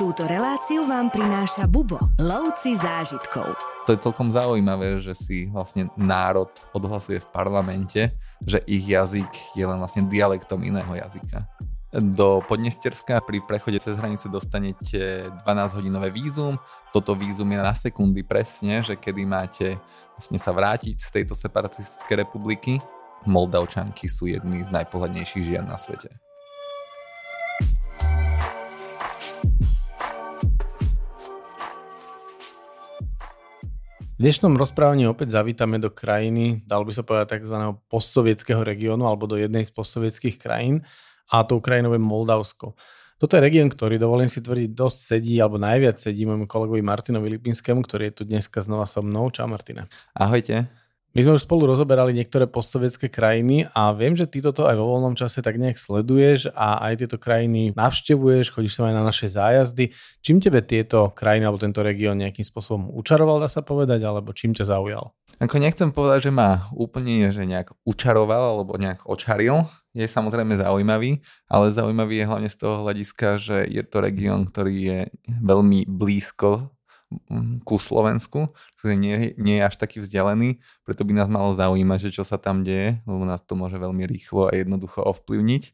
Túto reláciu vám prináša Bubo, lovci zážitkov. To je celkom zaujímavé, že si vlastne národ odhlasuje v parlamente, že ich jazyk je len vlastne dialektom iného jazyka. Do Podnesterska pri prechode cez hranice dostanete 12-hodinové vízum. Toto vízum je na sekundy presne, že kedy máte vlastne sa vrátiť z tejto separatistickej republiky. Moldavčanky sú jedný z najpohľadnejších žien na svete. V dnešnom rozprávaní opäť zavítame do krajiny, dalo by sa povedať tzv. Postsovietskeho regiónu alebo do jednej z postsovietských krajín a tou krajinou je Moldavsko. Toto je región, ktorý, dovolím si tvrdiť, dosť sedí alebo najviac sedí môjmu kolegovi Martinovi Lipinskému, ktorý je tu dneska znova so mnou. Čau Martine. Ahojte. My sme už spolu rozoberali niektoré postsovietské krajiny a viem, že ty toto aj vo voľnom čase tak nejak sleduješ a aj tieto krajiny navštevuješ, chodíš sa aj na naše zájazdy. Čím tebe tieto krajiny alebo tento región nejakým spôsobom učaroval, dá sa povedať, alebo čím ťa zaujal? Ako nechcem povedať, že ma úplne že nejak učaroval alebo nejak očaril. Je samozrejme zaujímavý, ale zaujímavý je hlavne z toho hľadiska, že je to región, ktorý je veľmi blízko ku Slovensku, ktorý nie je až taký vzdialený, preto by nás malo zaujímať, že čo sa tam deje, lebo nás to môže veľmi rýchlo a jednoducho ovplyvniť.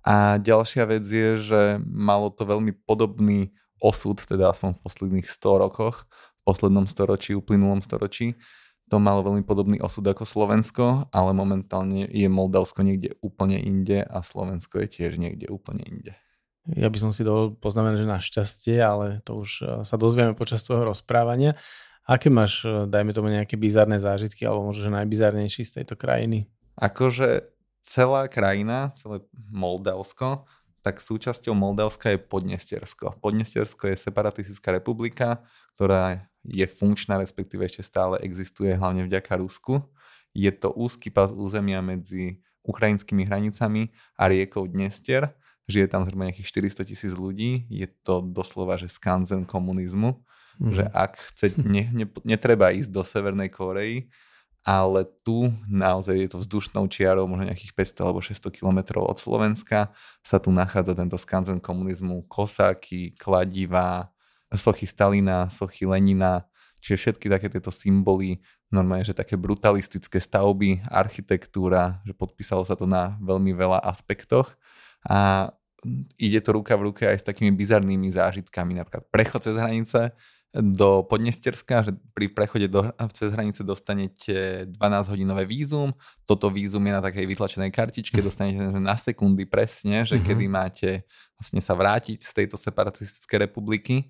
A ďalšia vec je, že malo to veľmi podobný osud, teda aspoň v posledných 100 rokoch, v poslednom storočí, uplynulom storočí, to malo veľmi podobný osud ako Slovensko, ale momentálne je Moldavsko niekde úplne inde a Slovensko je tiež niekde úplne inde. Ja by som si dovolil poznamenať, že našťastie, ale to už sa dozvieme počas tvojho rozprávania. Aké máš, dajme tomu, nejaké bizarné zážitky, alebo možno, že najbizarnejší z tejto krajiny? Akože celá krajina, celé Moldavsko, tak súčasťou Moldavska je Podnestersko. Podnestersko je separatistická republika, ktorá je funkčná, respektíve ešte stále existuje, hlavne vďaka Rusku. Je to úzky pas územia medzi ukrajinskými hranicami a riekou Dnester. Žije tam zhruba nejakých 400,000 ľudí. Je to doslova, že skanzen komunizmu. Že ak netreba ísť do Severnej Kórey, ale tu naozaj je to vzdušnou čiarou, možno nejakých 500 alebo 600 kilometrov od Slovenska, sa tu nachádza tento skanzen komunizmu. Kosáky, kladivá, sochy Stalina, sochy Lenina, čiže všetky také tieto symboly, normálne, že také brutalistické stavby, architektúra, že podpísalo sa to na veľmi veľa aspektoch. A ide to ruka v ruke aj s takými bizarnými zážitkami, napríklad prechod cez hranice do Podnesterska, že pri prechode cez hranice dostanete 12-hodinové vízum. Toto vízum je na takej vytlačenej kartičke, dostanete na sekundy presne, že kedy máte vlastne sa vrátiť z tejto separatistickej republiky.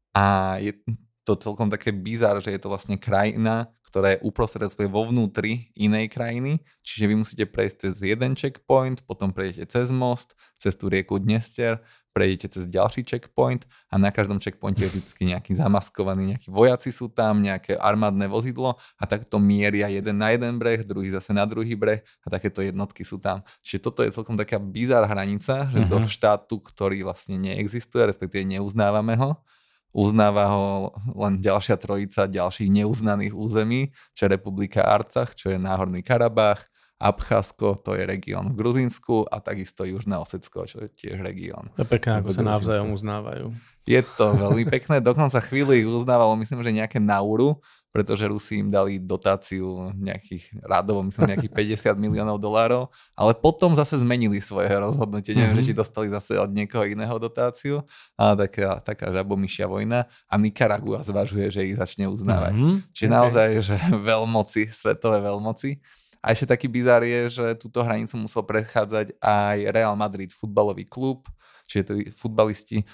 A je to celkom také bizár, že je to vlastne krajina, ktorá je uprostred vo vnútri inej krajiny, čiže vy musíte prejsť cez jeden checkpoint, potom prejdete cez most, cez tú rieku Dnester, prejdete cez ďalší checkpoint a na každom checkpointe je vždy nejaký zamaskovaný, nejakí vojaci sú tam, nejaké armádne vozidlo a takto mieria jeden na jeden breh, druhý zase na druhý breh a takéto jednotky sú tam. Čiže toto je celkom taká bizár hranica, že do štátu, ktorý vlastne neexistuje, respektíve neuznávame ho, uznáva ho len ďalšia trojica ďalších neuznaných území, čo je Republika Arcach, čo je Náhorný Karabach, Abcházsko, to je región v Gruzínsku a takisto Južné Osecko, čo je tiež región. To je pekné, ako sa navzájom uznávajú. Je to veľmi pekné, dokonca chvíľu ich uznávalo, myslím, že nejaké Nauru, pretože Rusi im dali dotáciu nejakých rádovo, myslím, nejakých $50 miliónov, ale potom zase zmenili svoje rozhodnutie. Neviem, že či dostali zase od niekoho iného dotáciu, ale taká žabomyšia vojna a Nikaragua zvažuje, že ich začne uznávať. Čiže naozaj, že veľmoci, svetové veľmoci. A ešte taký bizár je, že túto hranicu musel prechádzať aj Real Madrid, futbalový klub, čiže tí futbalisti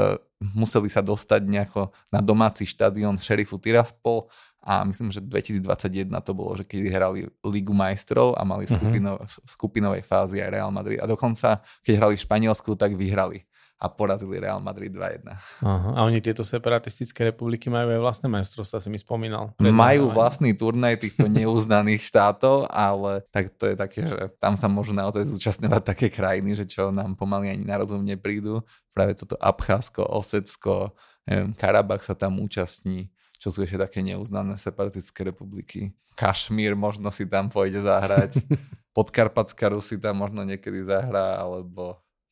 museli sa dostať nejako na domáci štadión Šerifu Tiraspol a myslím, že 2021 to bolo, že keď hrali Ligu majstrov a mali v skupinovej fázi aj Real Madrid a dokonca keď hrali v Španielsku, tak vyhrali a porazili Real Madrid 2-1. Aha. A oni tieto separatistické republiky majú aj vlastné majstrovstvá, si mi spomínal. Majú vlastný turnaj týchto neuznaných štátov, ale tak to je také, že tam sa môžu naozaj zúčastňovať také krajiny, že čo nám pomaly ani na rozum neprídu. Práve toto Abcházsko, Osecko, Karabach sa tam účastní, čo sú ešte také neuznané separatistické republiky. Kašmír možno si tam pôjde zahrať. Podkarpatská Rusi tam možno niekedy zahrá, alebo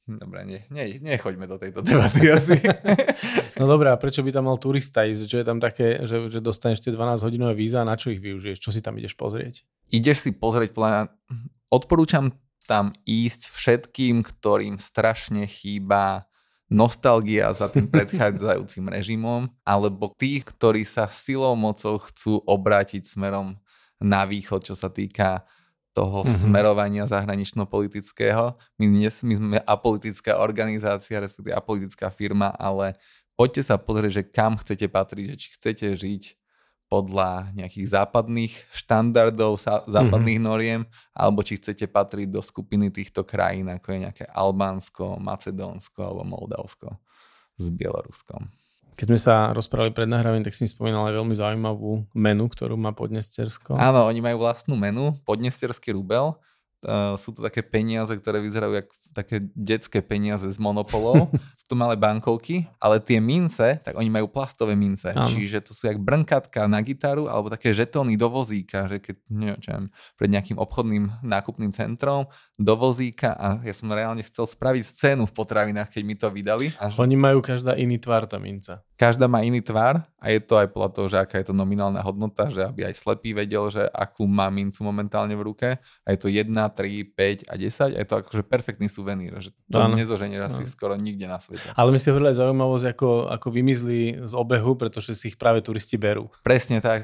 Dobre, nechoďme do tejto debaty asi. No dobré, a prečo by tam mal turista ísť? Čo je tam také, že dostaneš tie 12-hodinové víza, na čo ich využiješ? Čo si tam ideš pozrieť? Ideš si pozrieť, odporúčam tam ísť všetkým, ktorým strašne chýba nostalgia za tým predchádzajúcim režimom, alebo tí, ktorí sa silou mocou chcú obrátiť smerom na východ, čo sa týka toho smerovania zahranično-politického. My sme apolitická organizácia, respektíve apolitická firma, ale poďte sa pozrieť, že kam chcete patriť, že či chcete žiť podľa nejakých západných štandardov, západných noriem, alebo či chcete patriť do skupiny týchto krajín, ako je nejaké Albánsko, Macedónsko alebo Moldavsko s Bieloruskom. Keď sme sa rozprávali pred nahrávaním, tak si mi spomínal aj veľmi zaujímavú menu, ktorú má Podnestersko. Áno, oni majú vlastnú menu, podnesterský rubel. Sú to také peniaze, ktoré vyzerajú ako také detské peniaze z monopolov. Sú to malé bankovky, ale tie mince, tak oni majú plastové mince. Áno. Čiže to sú jak brnkatka na gitaru alebo také žetóny do vozíka, že keď neviem, pred nejakým obchodným nákupným centrom do vozíka a ja som reálne chcel spraviť scénu v potravinách, keď mi to vydali. Oni majú každá iný tvar, tá minca. Každá má iný tvar a je to aj podľa toho, že aká je to nominálna hodnota, že aby aj slepý vedel, že akú má mincu momentálne v ruke. A je to 1, 3, 5 a 10 a je to akože perfektný suvenír, že to nezoženieš asi skoro nikde na svete. Ale my si hovorili aj zaujímavosť, ako vymizli z obehu, pretože si ich práve turisti berú. Presne tak,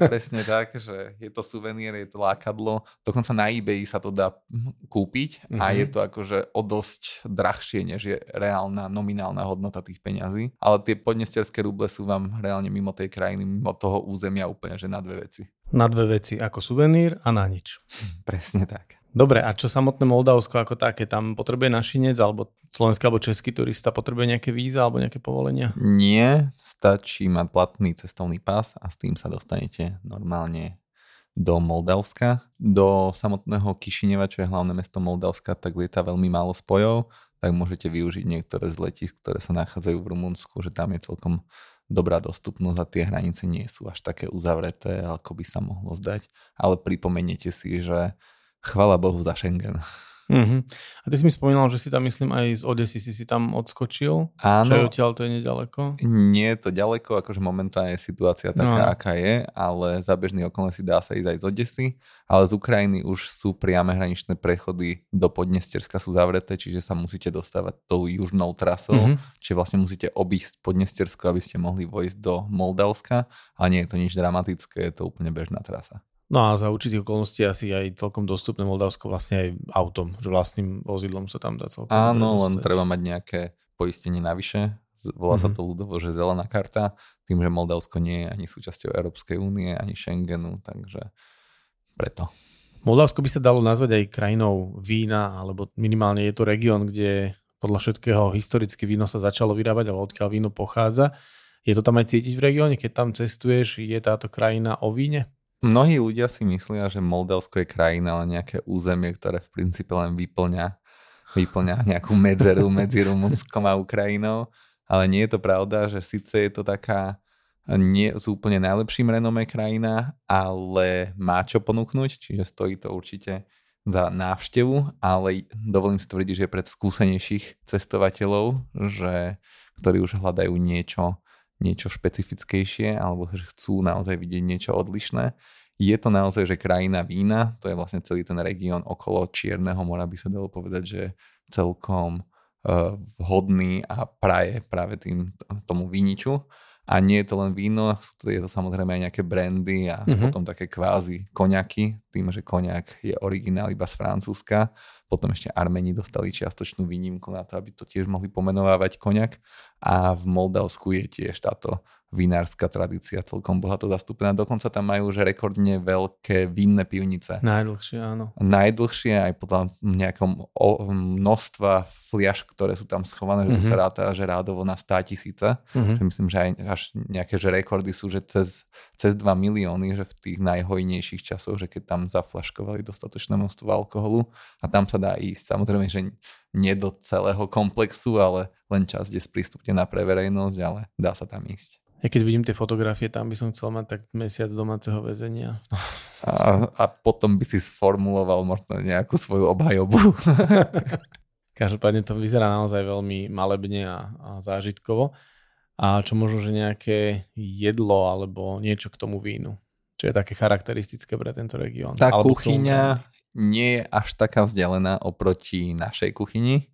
že je to suvenír, je to lákadlo. Dokonca na eBay sa to dá kúpiť a je to akože o dosť drahšie, než je reálna nominálna hodnota tých peňazí. Ale tie podnesterské ruble sú vám reálne mimo tej krajiny, mimo toho územia úplne, že na dve veci. Na dve veci, ako suvenír a na nič. Presne tak. Dobre, a čo samotné Moldavsko ako také? Tam potrebuje našinec, alebo slovenský alebo český turista potrebuje nejaké víza alebo nejaké povolenia? Nie, stačí mať platný cestovný pás a s tým sa dostanete normálne do Moldavska. Do samotného Kišineva, čo je hlavné mesto Moldavska, tak lieta veľmi málo spojov, tak môžete využiť niektoré z letísk, ktoré sa nachádzajú v Rumunsku, že tam je celkom dobrá dostupnosť a tie hranice nie sú až také uzavreté, ako by sa mohlo zdať. Ale pripomeniete si, že chvála Bohu za Schengen. A ty si mi spomínal, že si tam, myslím, aj z Odesy si tam odskočil. Áno. Čo je odtiaľ, to je nedaleko? Nie je to ďaleko, akože momentálne je situácia taká, aká je, ale za bežných okolností dá sa ísť aj z Odesy, ale z Ukrajiny už sú priame hraničné prechody do Podnesterska sú zavreté, čiže sa musíte dostávať tou južnou trasou, čiže vlastne musíte obísť Podnestersko, aby ste mohli vojsť do Moldavska, a nie je to nič dramatické, je to úplne bežná trasa. No a za určitých okolností asi aj celkom dostupné Moldavsko vlastne aj autom, že vlastným vozidlom sa tam dá celkom. Áno, len treba mať nejaké poistenie navyše. Volá sa to ľudovo, že zelená karta, tým, že Moldavsko nie je ani súčasťou Európskej únie, ani Schengenu, takže preto. Moldavsko by sa dalo nazvať aj krajinou vína, alebo minimálne je to región, kde podľa všetkého historicky víno sa začalo vyrábať, ale odkiaľ víno pochádza. Je to tam aj cítiť v regióne, keď tam cestuješ, je táto krajina o víne? Mnohí ľudia si myslia, že Moldavsko je krajina, ale nejaké územie, ktoré v princípe len vyplňa nejakú medzeru medzi Rumunskom a Ukrajinou, ale nie je to pravda, že síce je to taká nie z úplne najlepším renomé krajina, ale má čo ponúknuť, čiže stojí to určite za návštevu, ale dovolím si tvrdiť, že je pred skúsenejších cestovateľov, ktorí už hľadajú niečo špecifickejšie alebo že chcú naozaj vidieť niečo odlišné. Je to naozaj, že krajina vína, to je vlastne celý ten región okolo Čierneho mora, by sa dalo povedať, že celkom vhodný a praje práve tomu víniču. A nie je to len víno, je to samozrejme aj nejaké brandy a potom také kvázi koňaky, tým, že koňak je originál iba z Francúzska. Potom ešte Arméni dostali čiastočnú výnimku na to, aby to tiež mohli pomenovávať koňak. A v Moldavsku je tiež táto vinárska tradícia celkom bohato zastúpená. Dokonca tam majú že rekordne veľké vinné pivnice. Najdlhšie, áno. Najdlhšie aj podľa nejakom množstva fliaš, ktoré sú tam schované, že to sa ráta, že rádovo na 100 000. Že myslím, že aj až nejaké že rekordy sú, že cez 2 milióny, že v tých najhojnejších časoch, že keď tam zaflaškovali dostatočné množstvo alkoholu a tam sa dá ísť. Samozrejme, že nie do celého komplexu, ale len časť je sprístupnená pre verejnosť, ale dá sa tam ísť. Ja keď vidím tie fotografie, tam by som chcel mať tak mesiac domáceho väzenia. A potom by si sformuloval možno nejakú svoju obhajobu. Každopádne to vyzerá naozaj veľmi malebne a zážitkovo. A čo možno, že nejaké jedlo alebo niečo k tomu vínu? Čo je také charakteristické pre tento región? Tá kuchyňa nie je až taká vzdialená oproti našej kuchyni,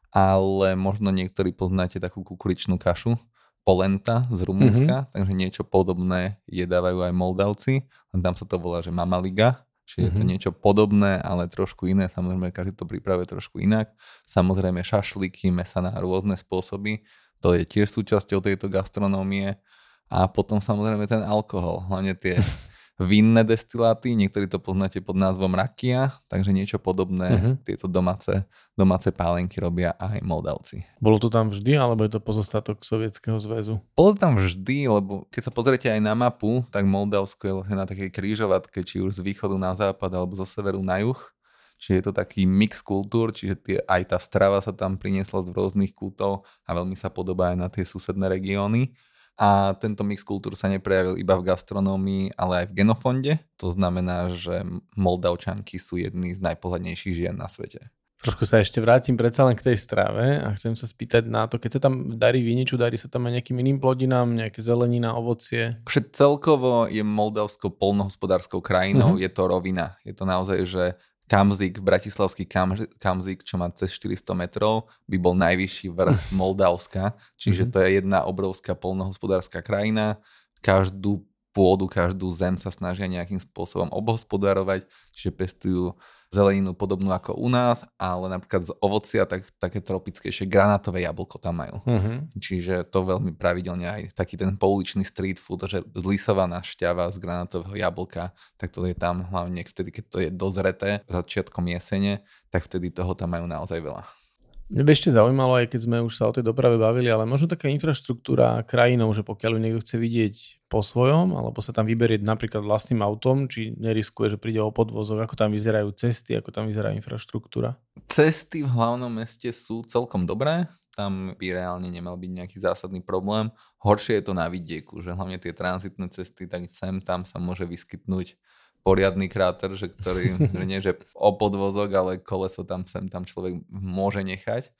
ale možno niektorí poznáte takú kukuričnú kašu, polenta z Rumunska, takže niečo podobné jedávajú aj Moldavci, len tam sa to volá, že mamaliga, čiže je to niečo podobné, ale trošku iné, samozrejme každý to pripravuje trošku inak. Samozrejme šašlíky, mäsa na rôzne spôsoby, to je tiež súčasťou tejto gastronómie a potom samozrejme ten alkohol, hlavne tie vinné destiláty, niektorí to poznáte pod názvom rakia, takže niečo podobné, tieto domáce pálenky robia aj Moldavci. Bolo to tam vždy, alebo je to pozostatok Sovietskeho zväzu? Bolo to tam vždy, lebo keď sa pozriete aj na mapu, tak Moldavsko je vlastne na takej krížovatke, či už z východu na západ, alebo zo severu na juh. Čiže je to taký mix kultúr, čiže aj tá strava sa tam priniesla z rôznych kútov a veľmi sa podobá aj na tie susedné regióny. A tento mix kultúr sa neprejavil iba v gastronómii, ale aj v genofonde. To znamená, že Moldavčanky sú jedny z najpohľadnejších žien na svete. Trošku sa ešte vrátim predsa len k tej strave a chcem sa spýtať na to, keď sa tam darí viniču, darí sa tam aj nejakým iným plodinám, nejaké zelenina, ovocie? Celkovo je Moldavsko poľnohospodárskou krajinou, je to rovina. Je to naozaj, že Kamzik, bratislavský Kamzik, čo má cez 400 metrov, by bol najvyšší vrch Moldavska. Čiže to je jedna obrovská poľnohospodárska krajina. Každú pôdu, každú zem sa snažia nejakým spôsobom obhospodárovať, čiže pestujú zeleninu podobnú ako u nás, ale napríklad z ovocia také tropickejšie granátové jablko tam majú. Čiže to veľmi pravidelne aj taký ten pouličný street food, že zlisovaná šťava z granátového jablka, tak to je tam hlavne vtedy, keď to je dozreté začiatkom jesene, tak vtedy toho tam majú naozaj veľa. Mňa by ešte zaujímalo, aj keď sme už sa o tej doprave bavili, ale možno taká infraštruktúra krajinou, že pokiaľ ju niekto chce vidieť po svojom, alebo sa tam vyberie napríklad vlastným autom, či neriskuje, že príde o podvozok, ako tam vyzerajú cesty, ako tam vyzerá infraštruktúra? Cesty v hlavnom meste sú celkom dobré, tam by reálne nemal byť nejaký zásadný problém. Horšie je to na vidieku, že hlavne tie tranzitné cesty, tak sem tam sa môže vyskytnúť poriadny kráter, že ktorý nie že o podvozok, ale koleso tam sem tam človek môže nechať.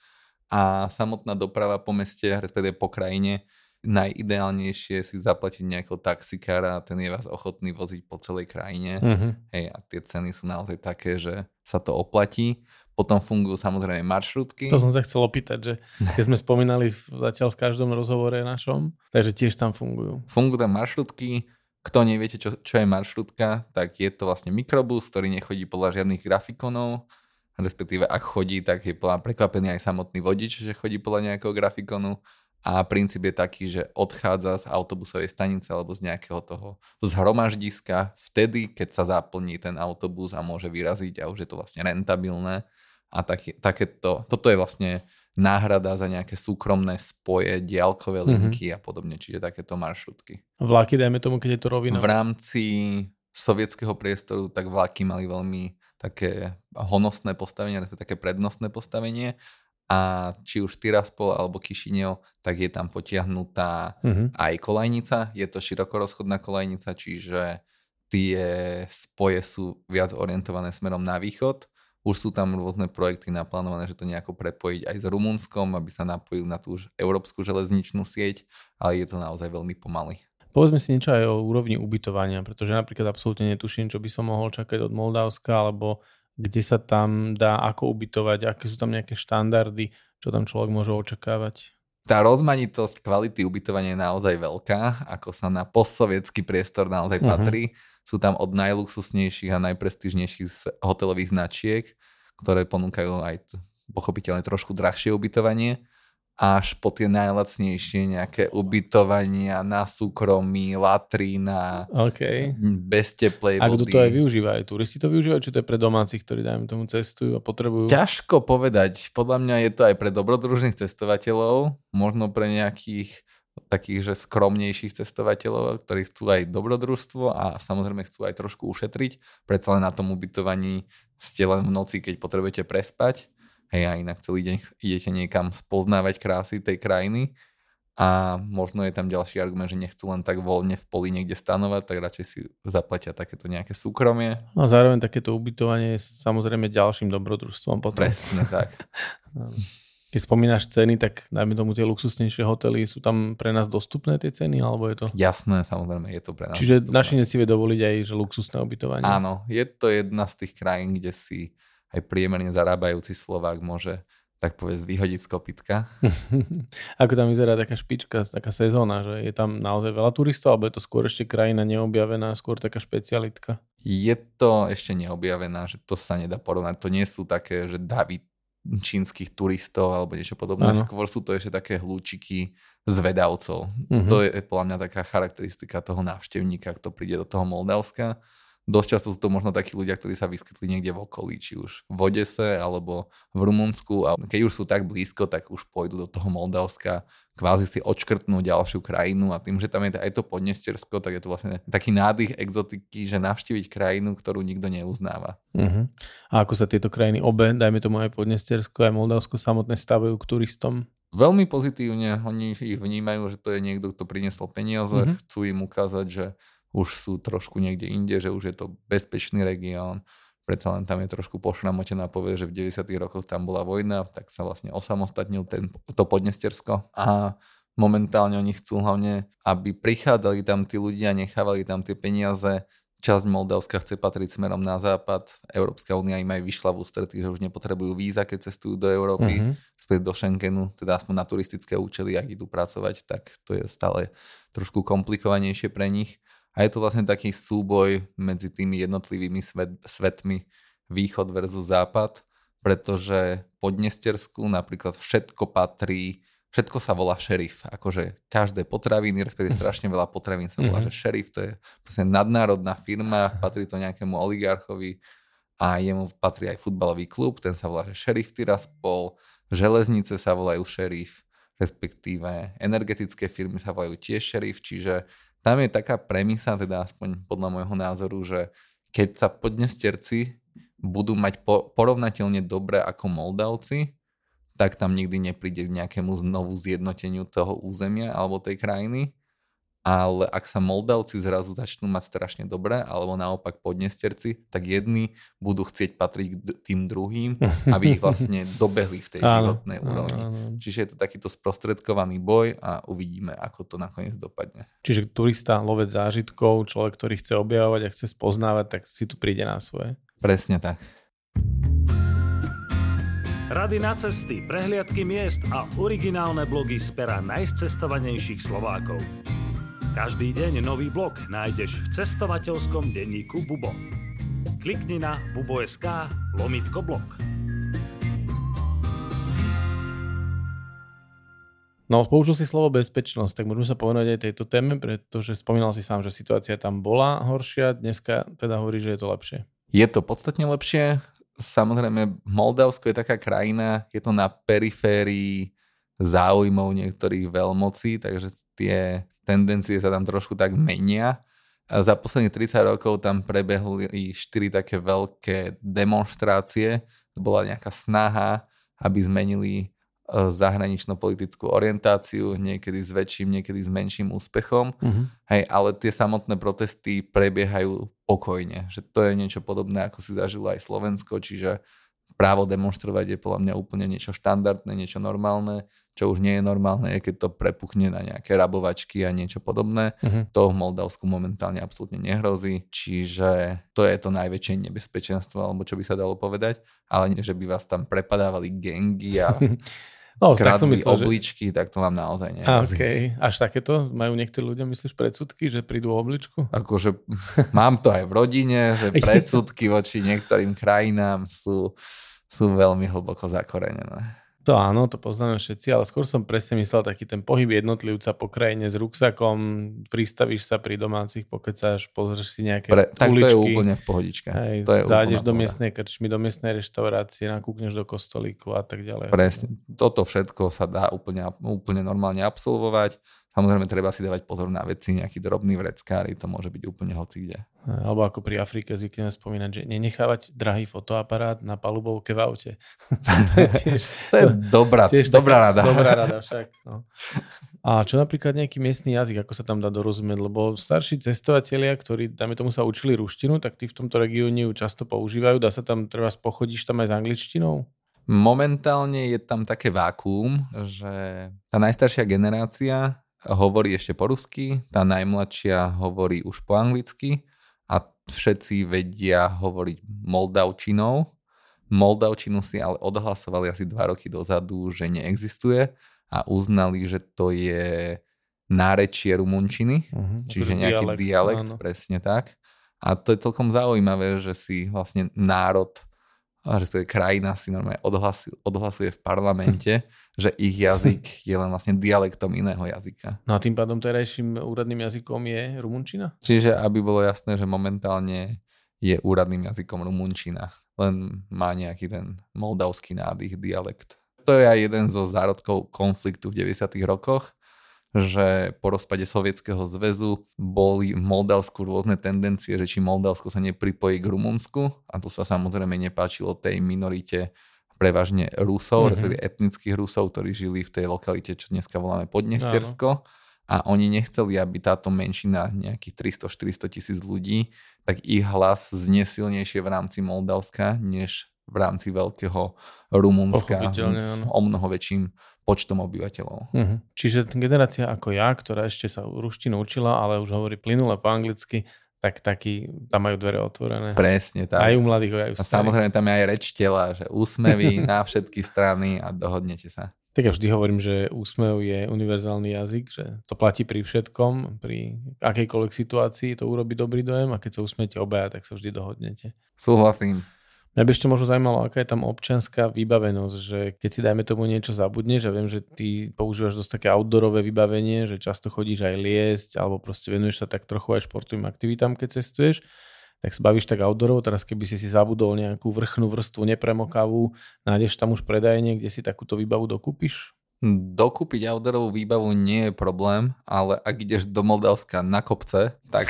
A samotná doprava po meste, respektíve po krajine, najideálnejšie si zaplatiť nejakého taxikára, ten je vás ochotný voziť po celej krajine. Hej, a tie ceny sú naozaj také, že sa to oplatí. Potom fungujú samozrejme maršrutky. To som sa chcel opýtať, že keď sme spomínali zatiaľ v každom rozhovore našom, takže tiež tam fungujú. Fungujú tam maršrutky. Kto neviete, čo je maršrutka, tak je to vlastne mikrobus, ktorý nechodí podľa žiadnych grafikonov, respektíve ak chodí, tak je prekvapený aj samotný vodič, že chodí podľa nejakého grafikonu a princíp je taký, že odchádza z autobusovej stanice alebo z nejakého toho zhromaždiska vtedy, keď sa zaplní ten autobus a môže vyraziť a už je to vlastne rentabilné a toto je vlastne náhrada za nejaké súkromné spoje, diaľkové linky a podobne, čiže takéto maršrutky. Vlaky, dajme tomu, keď je to rovina. V rámci sovietskeho priestoru tak vlaky mali veľmi také honosné postavenie, také prednostné postavenie a či už Tiraspol alebo Kišinev, tak je tam potiahnutá aj kolajnica, je to širokorozchodná kolajnica, čiže tie spoje sú viac orientované smerom na východ. Už sú tam rôzne projekty naplánované, že to nejako prepojiť aj s Rumunskom, aby sa napojil na tú už európsku železničnú sieť, ale je to naozaj veľmi pomaly. Povedzme si niečo aj o úrovni ubytovania, pretože napríklad absolútne netuším, čo by som mohol čakať od Moldavska, alebo kde sa tam dá ako ubytovať, aké sú tam nejaké štandardy, čo tam človek môže očakávať. Tá rozmanitosť kvality ubytovania je naozaj veľká, ako sa na postsovietský priestor naozaj patrí. Sú tam od najluxusnejších a najprestížnejších hotelových značiek, ktoré ponúkajú aj pochopiteľne trošku drahšie ubytovanie, až po tie najlacnejšie nejaké ubytovania na súkromí, latrína, bez teplej vody. A kto to aj využíva? Aj turisti to využívajú? Či to je pre domácich, ktorí dajme tomu cestujú a potrebujú? Ťažko povedať. Podľa mňa je to aj pre dobrodružných cestovateľov, možno pre nejakých takých, že skromnejších cestovateľov, ktorí chcú aj dobrodružstvo a samozrejme chcú aj trošku ušetriť. Predsa len na tom ubytovaní ste len v noci, keď potrebujete prespať. Hej, a inak celý deň idete niekam spoznávať krásy tej krajiny. A možno je tam ďalší argument, že nechcú len tak voľne v poli niekde stanovať, tak radšej si zaplatia takéto nejaké súkromie. No a zároveň takéto ubytovanie je samozrejme ďalším dobrodružstvom potom. Presne tak. Keď spomínaš ceny, tak dajme tomu tie luxusnejšie hotely, sú tam pre nás dostupné tie ceny, alebo je to? Jasné, samozrejme, je to pre nás Čiže dostupné. našinec si vie dovoliť aj že luxusné ubytovanie. Áno, je to jedna z tých krajín, kde si aj priemerne zarábajúci Slovák môže tak povedz vyhodiť z kopytka. Ako tam vyzerá taká špička, taká sezóna, že je tam naozaj veľa turistov, alebo je to skôr ešte krajina neobjavená, skôr taká špecialitka? Je to ešte neobjavená, že to sa nedá porovnať. To nie sú také, že davy čínskych turistov alebo niečo podobné. Áno. Skôr sú to ešte také hľúčiky zvedavcov. Mhm. To je podľa mňa taká charakteristika toho návštevníka, kto príde do toho Moldavska. Dosť často sú to možno takí ľudia, ktorí sa vyskytli niekde v okolí, či už v Odese alebo v Rumunsku. A keď už sú tak blízko, tak už pôjdu do toho Moldavska, kvázi si odškrtnú ďalšiu krajinu a tým, že tam je aj to Podnestersko, tak je to vlastne taký nádych exotiky, že navštíviť krajinu, ktorú nikto neuznáva. Uh-huh. A ako sa tieto krajiny obe, dajme tomu aj Podnestersko, aj Moldavsko samotné stavajú k turistom? Veľmi pozitívne, oni ich vnímajú, že to je niekto, kto priniesol peniaze, chcú im ukázať, že už sú trošku niekde inde, že už je to bezpečný región. Predsa len tam je trošku pošramotená povie, že v 90. rokoch tam bola vojna, tak sa vlastne osamostatnil to Podnestersko. A momentálne oni chcú hlavne, aby prichádzali tam tí ľudia, nechávali tam tie peniaze. Časť Moldavska chce patriť smerom na západ. Európska únia im aj vyšla v ústretí, že už nepotrebujú víza, keď cestujú do Európy, späť do Schengenu, teda aspoň na turistické účely, ak idú pracovať, tak to je stále trošku komplikovanejšie pre nich. A je to vlastne taký súboj medzi tými jednotlivými svetmi východ versus západ, pretože Podnestersku napríklad všetko sa volá šerif. Akože každé potraviny, respektíve strašne veľa potravín sa volá, že šerif, to je proste nadnárodná firma, patrí to nejakému oligarchovi a jemu patrí aj futbalový klub, ten sa volá, že Šerif Tiraspol, železnice sa volajú šerif, respektíve energetické firmy sa volajú tiež šerif, čiže tam je taká premisa, teda aspoň podľa môjho názoru, že keď sa Podnesterci budú mať porovnateľne dobre ako Moldavci, tak tam nikdy nepríde k nejakému znovu zjednoteniu toho územia alebo tej krajiny. Ale ak sa Moldavci zrazu začnú mať strašne dobre, alebo naopak Podnesterci, tak jedni budú chcieť patriť k tým druhým, aby ich vlastne dobehli v tej životnej úrovni. Čiže je to takýto sprostredkovaný boj a uvidíme, ako to nakoniec dopadne. Čiže turista, lovec zážitkov, človek, ktorý chce objavovať a chce spoznávať, tak si tu príde na svoje. Presne tak. Rady na cesty, prehliadky miest a originálne blogy z pera najcestovanejších Slovákov. Každý deň nový blog nájdeš v cestovateľskom denníku Bubo. Klikni na bubo.sk/blog. No, použil si slovo bezpečnosť, tak môžeme sa povedať aj tejto téme, pretože spomínal si sám, že situácia tam bola horšia, dneska teda hovorí, že je to lepšie. Je to podstatne lepšie. Samozrejme, Moldavsko je taká krajina, je to na periférii záujmov niektorých veľmocí, takže tie tendencie sa tam trošku tak menia. A za posledných 30 rokov tam prebehli 4 také veľké demonštrácie. Bola nejaká snaha, aby zmenili zahranično-politickú orientáciu, niekedy s väčším, niekedy s menším úspechom. Hej, ale tie samotné protesty prebiehajú pokojne. Že to je niečo podobné, ako si zažilo aj Slovensko, čiže právo demonstrovať je podľa mňa úplne niečo štandardné, niečo normálne. Čo už nie je normálne, je keď to prepuchne na nejaké rabovačky a niečo podobné. To v Moldavsku momentálne absolútne nehrozí, čiže to je to najväčšie nebezpečenstvo, alebo čo by sa dalo povedať, ale nie, že by vás tam prepadávali gangy a kradli obličky, tak to vám naozaj nehrozí. Okay. Až takéto majú niektorí ľudia, myslíš, predsudky, že prídu o obličku? Akože mám to aj v rodine, že predsudky voči niektorým krajinám sú veľmi hlboko zakorenené. To áno, to poznáme všetci, ale skôr som presne myslel taký ten pohyb jednotlivca po krajine s ruksakom, pristavíš sa pri domácich, pokecáš, pozrieš si nejaké tak uličky. To je úplne v pohodičke. Zájdeš do miestnej krčmy, do miestnej reštaurácie, nakúkneš do kostolíku a tak ďalej. Presne. Toto všetko sa dá úplne normálne absolvovať. Samozrejme, treba si dávať pozor na veci, nejaký drobný vreckári, to môže byť úplne hocikde. Alebo ako pri Afrike zvykneme spomínať, že nenechávať drahý fotoaparát na palubovke v aute. To je dobrá rada. Dobrá rada však. No. A čo napríklad nejaký miestny jazyk, ako sa tam dá dorozumieť? Lebo starší cestovatelia, ktorí, dáme tomu, sa učili ruštinu, tak tí v tomto regióne ju často používajú. Dá sa tam, treba pochodíš tam aj s angličtinou? Momentálne je tam také vákuum, že tá najstaršia generácia hovorí ešte po rusky, tá najmladšia hovorí už po anglicky a všetci vedia hovoriť moldavčinou. Moldavčinu si ale odhlasovali asi 2 roky dozadu, že neexistuje a uznali, že to je nárečie rumunčiny, čiže nejaký dialekt, presne tak. A to je celkom zaujímavé, že si vlastne národ, že to je krajina, si normálne odhlasuje v parlamente, že ich jazyk je len vlastne dialektom iného jazyka. No a tým pádom terajším úradným jazykom je rumunčina? Čiže aby bolo jasné, že momentálne je úradným jazykom rumunčina, len má nejaký ten moldavský nádych, dialekt. To je aj jeden zo zárodkov konfliktu v 90. rokoch, že po rozpade Sovietskeho zväzu boli v Moldavsku rôzne tendencie, že či Moldavsko sa nepripojí k Rumunsku, a to sa samozrejme nepáčilo tej minorite prevažne Rusov, respektíve etnických Rusov, ktorí žili v tej lokalite, čo dneska voláme Podnestersko. A oni nechceli, aby táto menšina, nejakých 300-400 tisíc ľudí, tak ich hlas znie silnejšie v rámci Moldavska, než v rámci veľkého Rumunska s o mnoho väčším počtom obyvateľov. Čiže generácia ako ja, ktorá ešte sa ruštinu učila, ale už hovorí plynule po anglicky, tak takí tam majú dvere otvorené. Presne tak. Aj u mladých, aj u starých. Samozrejme tam je aj reč tela, že úsmevy na všetky strany a dohodnete sa. Tak ja vždy hovorím, že úsmev je univerzálny jazyk, že to platí pri všetkom, pri akejkoľvek situácii to urobí dobrý dojem a keď sa usmiete obaja, tak sa vždy dohodnete. Súhlasím. Mňa by ešte možno zaujímalo, aká je tam občianská vybavenosť, že keď si dajme tomu niečo zabudneš, ja viem, že ty používaš dosť také outdoorové vybavenie, že často chodíš aj liesť alebo proste venuješ sa tak trochu aj športovým aktivitám, keď cestuješ, tak sa bavíš tak outdoorovo. Teraz keby si zabudol nejakú vrchnú vrstvu nepremokavú, nájdeš tam už predajenie, kde si takúto výbavu dokúpiš? Dokúpiť outdoorovú výbavu nie je problém, ale ak ideš do Moldavska na kopce, tak...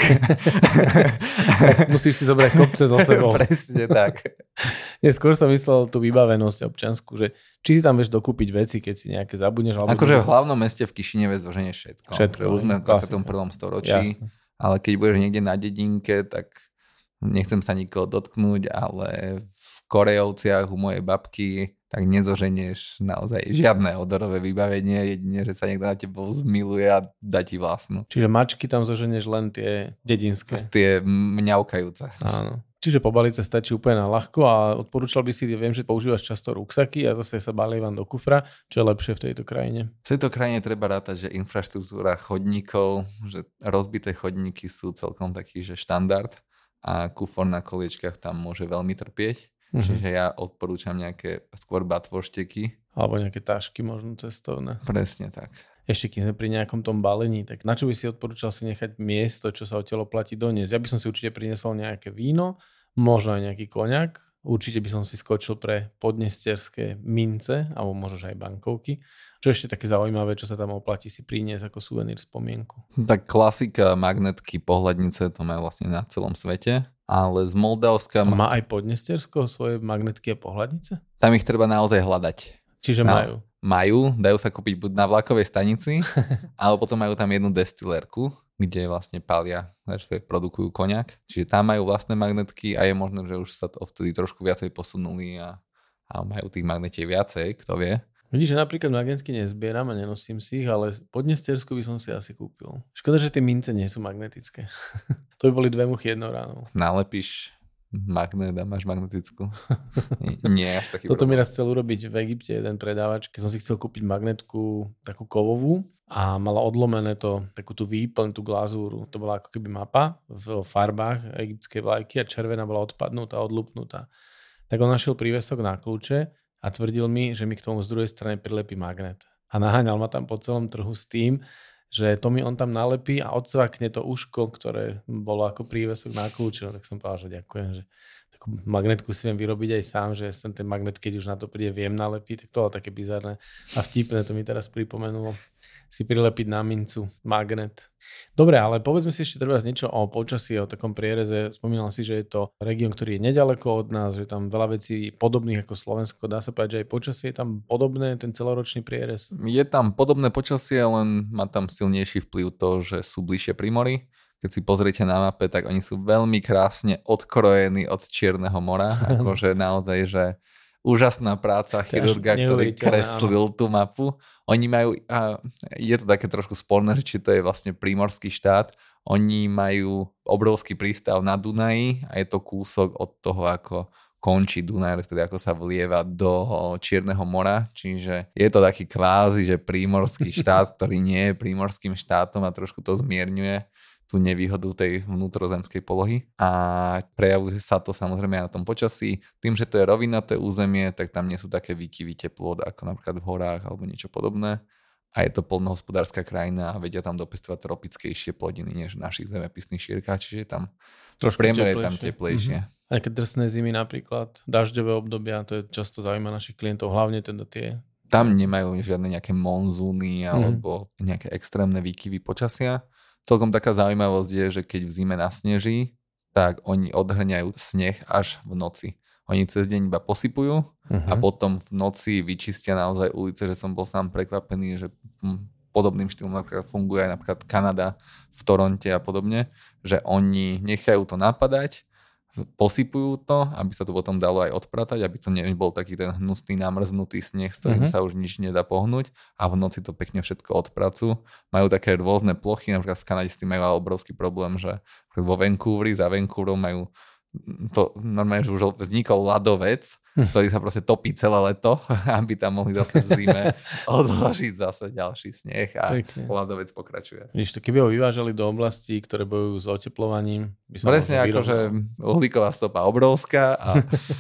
tak musíš si zobrať kopce so sebou. Presne tak. Skôr som myslel tú vybavenosť občiansku, že či si tam vieš dokúpiť veci, keď si nejaké zabudneš. Akože v hlavnom meste v Kišineve zoženieš všetko. Už sme v 21. storočí, ale keď budeš niekde na dedinke, tak nechcem sa nikoho dotknúť, ale v Korejovciach u mojej babky tak nezoženieš naozaj žiadne odorové vybavenie, jedine, že sa niekto na tebou zmiluje a dá ti vlastnú. Čiže mačky tam zoženieš len tie dedinské. Tie mňaukajúce. Áno. Čiže pobaliť sa stačí úplne na ľahko a odporúčal by si, viem, že používaš často ruksaky a zase sa balí vám do kufra, čo je lepšie v tejto krajine. V tejto krajine treba rátať, že infraštruktúra chodníkov, že rozbité chodníky sú celkom taký, že štandard a kufor na koliečkách tam môže veľmi trpieť. Čiže ja odporúčam nejaké skôr batvoršteky. Alebo nejaké tašky možno cestovné. Presne tak. Ešte keď sme pri nejakom tom balení, tak na čo by si odporúčal si nechať miesto, čo sa odtiaľ platí doniesť? Ja by som si určite priniesol nejaké víno, možno aj nejaký koňak. Určite by som si skočil pre podnesterské mince, alebo možno aj bankovky. Čo ešte také zaujímavé, čo sa tam oplatí si priniesť ako suvenír spomienku? Tak klasika, magnetky, pohľadnice, to majú vlastne na celom svete. Ale z Moldavska... Má aj Podnestersko svoje magnetky a pohľadnice? Tam ich treba naozaj hľadať. Čiže majú? Majú, dajú sa kúpiť buď na vlakovej stanici, ale potom majú tam jednu destilérku, kde vlastne palia, produkujú koňak. Čiže tam majú vlastné magnetky a je možné, že už sa to vtedy trošku viacej posunuli a majú tých magnetiek viacej, kto vie. Vidíš, že napríklad magnetky nezbieram a nenosím si ich, ale Podnestersku by som si asi kúpil. Škoda, že tie mince nie sú magnetické. To by boli 2 muchy jednou ránou. Nalepíš magnet a máš magnetickú. Nie až taký Toto mi raz chcel urobiť v Egypte jeden predávač, keď som si chcel kúpiť magnetku takú kovovú a mala odlomené to, takú tú výplň, tú glazúru. To bola ako keby mapa v farbách egyptskej vlajky a červená bola odpadnutá, odlupnutá. Tak on našiel prívesok na kľúče a tvrdil mi, že mi k tomu z druhej strany prilepí magnet. A naháňal ma tam po celom trhu s tým, že to mi on tam nalepí a odsvakne to uško, ktoré bolo ako prívesok na kľúče. No, tak som povedal, že ďakujem, že takú magnetku si viem vyrobiť aj sám, že ten magnet, keď už na to príde, viem nalepiť. Tak to bolo také bizarné a vtipné, to mi teraz pripomenulo. si prilepiť na mincu magnet. Dobre, ale povedzme si ešte treba niečo o počasí, o takom priereze. Spomínal si, že je to región, ktorý je nedaleko od nás, že tam veľa vecí podobných ako Slovensko. Dá sa povedať, že aj počasie je tam podobné, ten celoročný prierez? Je tam podobné počasie, len má tam silnejší vplyv to, že sú bližšie pri mori. Keď si pozriete na mape, tak oni sú veľmi krásne odkrojení od Čierneho mora. Akože naozaj, že úžasná práca chirurga, ktorý kreslil tú mapu. Oni majú, a je to také trošku sporné, či to je vlastne prímorský štát, oni majú obrovský prístav na Dunaji a je to kúsok od toho, ako končí Dunaj, respektíve ako sa vlieva do Čierneho mora, čiže je to taký kvázi, že prímorský štát, ktorý nie je prímorským štátom a trošku to zmierňuje tú nevýhodu tej vnútrozemskej polohy a prejavuje sa to samozrejme aj na tom počasí. Tým, že to je rovinaté územie, tak tam nie sú také výkyvy teplôt ako napríklad v horách alebo niečo podobné a je to poľnohospodárska krajina a vedia tam dopestovať tropickejšie plodiny než v našich zemepisných šírkach, čiže je tam trošku priemer je tam teplejšie. Aj keď drsné zimy napríklad, dažďové obdobia, to je často zaujíma našich klientov, hlavne teda tie. Tam nemajú žiadne nejaké monzúny alebo nejaké extrémne výkyvy počasia. Celkom taká zaujímavosť je, že keď v zime nasneží, tak oni odhrňajú sneh až v noci. Oni cez deň iba posypujú a potom v noci vyčistia naozaj ulice, že som bol sám prekvapený, že podobným štýlom napríklad funguje aj napríklad Kanada v Toronte a podobne, že oni nechajú to napadať, posypujú to, aby sa to potom dalo aj odpratať, aby to nebol taký ten hnusný, namrznutý sneh, s ktorým sa už nič nedá pohnúť a v noci to pekne všetko odpracujú. Majú také rôzne plochy, napríklad v Kanade s tým majú obrovský problém, že vo Vancouveri, za Vancouverom majú to normálne, že už vznikol ľadovec, ktorý sa proste topí celé leto, aby tam mohli zase v zime odložiť zase ďalší sneh a ľadovec pokračuje. Vidíš, to keby ho vyvážali do oblastí, ktoré bojujú s oteplovaním, by sa presne akože uhlíková stopa obrovská a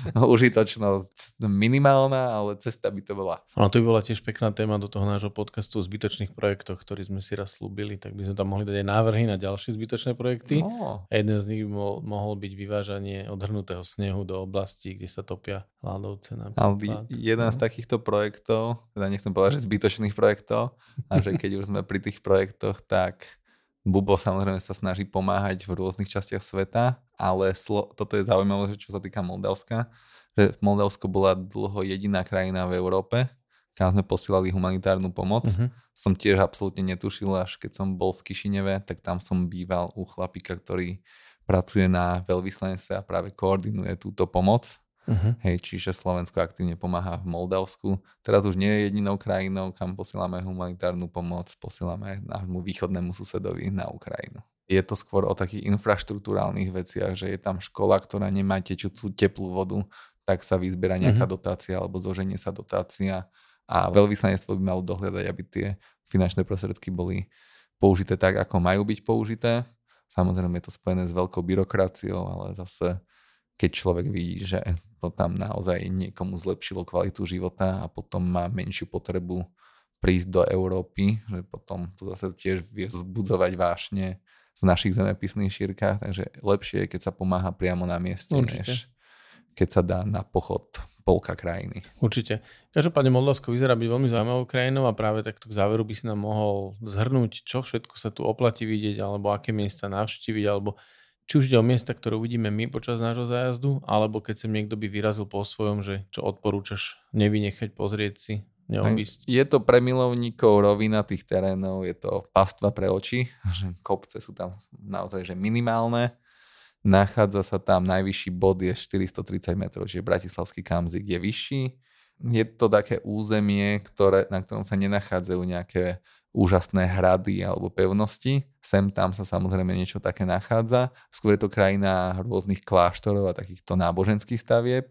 užitočnosť minimálna, ale cesta by to bola. No to by bola tiež pekná téma do toho nášho podcastu o zbytočných projektoch, ktorý sme si raz slúbili, tak by sme tam mohli dať aj návrhy na ďalšie zbytočné projekty. A jeden z nich by mohol byť vyvážanie odhrnutého snehu do oblastí, kde sa topia ľadovce. Ale jeden z takýchto projektov, teda nechcem povedať, že zbytočných projektov, a že keď už sme pri tých projektoch, tak Bubo samozrejme sa snaží pomáhať v rôznych častiach sveta, ale toto je zaujímavé, že čo sa týka Moldavska, že Moldavsko bola dlho jediná krajina v Európe, kam sme posielali humanitárnu pomoc. Som tiež absolútne netušil, až keď som bol v Kišineve, tak tam som býval u chlapíka, ktorý pracuje na veľvyslanectve a práve koordinuje túto pomoc. Hej, čiže Slovensko aktívne pomáha v Moldavsku. Teraz už nie je jedinou krajinou, kam posielame humanitárnu pomoc, posielame aj nášmu východnému susedovi na Ukrajinu. Je to skôr o takých infraštruktúrálnych veciach, že je tam škola, ktorá nemá tečúcu teplú vodu, tak sa vyzbiera nejaká dotácia alebo zoženie sa dotácia a veľvyslanectvo by malo dohľadať, aby tie finančné prostriedky boli použité tak, ako majú byť použité. Samozrejme je to spojené s veľkou byrokraciou, ale zase keď človek vidí, že to tam naozaj niekomu zlepšilo kvalitu života a potom má menšiu potrebu prísť do Európy, že potom to zase tiež vie vzbudzovať vášne v našich zemepisných šírkach, takže lepšie je, keď sa pomáha priamo na mieste, než keď sa dá na pochod polka krajiny. Určite. Každopádne Moldavsko vyzerá byť veľmi zaujímavou krajinou a práve takto k záveru by si nám mohol zhrnúť, čo všetko sa tu oplatí vidieť, alebo aké miesta navštíviť, alebo či už ide o miesta, ktoré uvidíme my počas nášho zájazdu, alebo keď sem niekto by vyrazil po svojom, že čo odporúčaš nevynechať, pozrieť si, neobísť. Je to pre milovníkov rovinatých terénov, je to pastva pre oči, že kopce sú tam naozaj že minimálne. Nachádza sa tam, najvyšší bod je 430 metrov, čiže Bratislavský Kamzik je vyšší. Je to také územie, na ktorom sa nenachádzajú nejaké úžasné hrady alebo pevnosti. Sem tam sa samozrejme niečo také nachádza. Skôr je to krajina rôznych kláštorov a takýchto náboženských stavieb.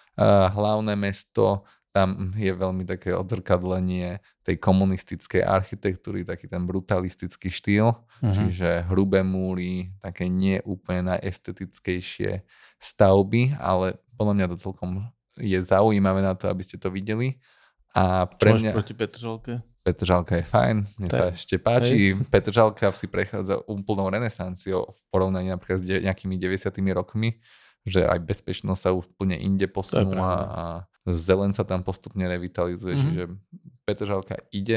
Hlavné mesto, tam je veľmi také odzrkadlenie tej komunistickej architektúry, taký ten brutalistický štýl, čiže hrubé múry, také nie úplne najestetickejšie stavby, ale podľa mňa to celkom je zaujímavé na to, aby ste to videli. A pre mňa proti Petržalke? Petržalka je fajn, mne sa ešte páči. Petržalka si prechádza úplnou renesanciou v porovnaní napríklad s nejakými 90. rokmi, že aj bezpečnosť sa úplne inde posunula a zelen sa tam postupne revitalizuje, čiže Petržalka ide.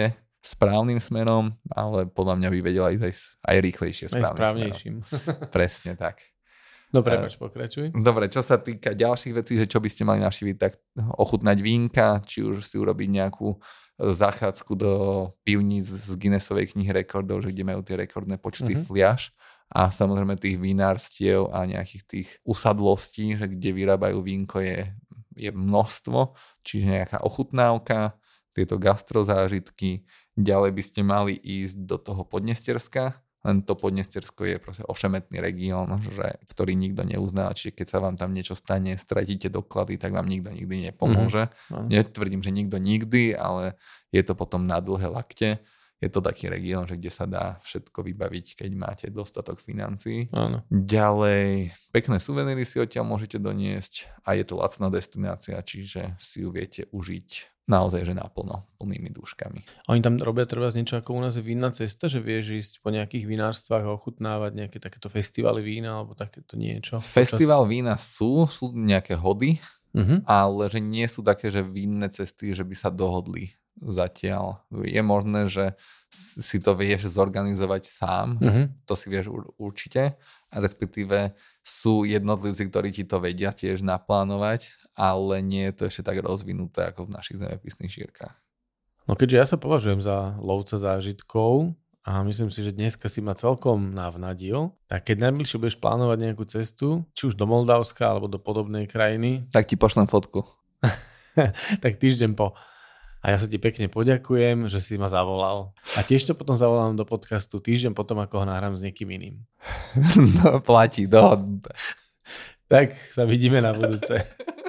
správnym smerom, ale podľa mňa by vedela ísť aj rýchlejšie správnejším. Presne tak. No prepáč, pokračuj. Dobre, čo sa týka ďalších vecí, že čo by ste mali navštíviť, tak ochutnať vínka, či už si urobiť nejakú zachádzku do pivníc z Guinnessovej knihy rekordov, že kde majú tie rekordné počty fliaš a samozrejme tých vinárstiev a nejakých tých usadlostí, že kde vyrábajú vínko je množstvo, čiže nejaká ochutnávka, tieto gastrozážitky. Ďalej by ste mali ísť do toho Podnesterska. Len to Podnestersko je proste ošemetný región, ktorý nikto neuzná, čiže keď sa vám tam niečo stane, stratíte doklady, tak vám nikto nikdy nepomôže. Netvrdím, že nikto nikdy, ale je to potom na dlhé lakte. Je to taký región, že kde sa dá všetko vybaviť, keď máte dostatok financií. Áno. Ďalej, pekné suveníry si odtiaľ môžete doniesť a je to lacná destinácia, čiže si ju viete užiť naozaj, že naplno, plnými dúškami. A oni tam robia treba niečo ako u nás je vínna cesta, že vieš ísť po nejakých vinárstvách a ochutnávať nejaké takéto festivaly vína alebo takéto niečo? Festival vína sú nejaké hody, ale že nie sú také, že vínne cesty, že by sa dohodli zatiaľ. Je možné, že si to vieš zorganizovať sám, to si vieš určite, a respektíve sú jednotlivci, ktorí ti to vedia tiež naplánovať, ale nie je to ešte tak rozvinuté ako v našich zemepisných šírkach. No keďže ja sa považujem za lovca zážitkov a myslím si, že dneska si ma celkom navnadil, tak keď najbližšie budeš plánovať nejakú cestu, či už do Moldavska alebo do podobnej krajiny, tak ti pošlem fotku. tak týždeň po. A ja sa ti pekne poďakujem, že si ma zavolal. A tiež to potom zavolám do podcastu týždeň potom, ako ho nahrám s niekým iným. No, platí, dohodnuté. Tak sa vidíme na budúce.